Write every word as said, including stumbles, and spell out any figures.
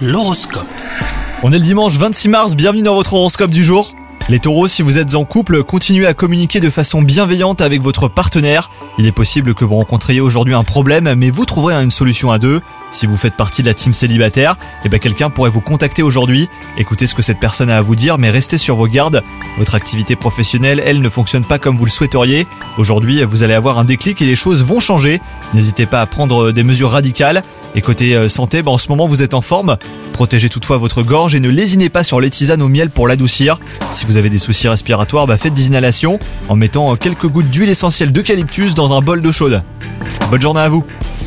L'horoscope. On est le dimanche vingt-six mars, bienvenue dans votre horoscope du jour. Les taureaux, si vous êtes en couple, continuez à communiquer de façon bienveillante avec votre partenaire. Il est possible que vous rencontriez aujourd'hui un problème, mais vous trouverez une solution à deux. Si vous faites partie de la team célibataire, eh ben quelqu'un pourrait vous contacter aujourd'hui. Écoutez ce que cette personne a à vous dire, mais restez sur vos gardes. Votre activité professionnelle, elle, ne fonctionne pas comme vous le souhaiteriez. Aujourd'hui, vous allez avoir un déclic et les choses vont changer. N'hésitez pas à prendre des mesures radicales. Et côté santé, ben en ce moment vous êtes en forme. Protégez toutefois votre gorge et ne lésinez pas sur les tisanes au miel pour l'adoucir. Si vous avez des soucis respiratoires, bah faites des inhalations en mettant quelques gouttes d'huile essentielle d'eucalyptus dans un bol d'eau chaude. Bonne journée à vous!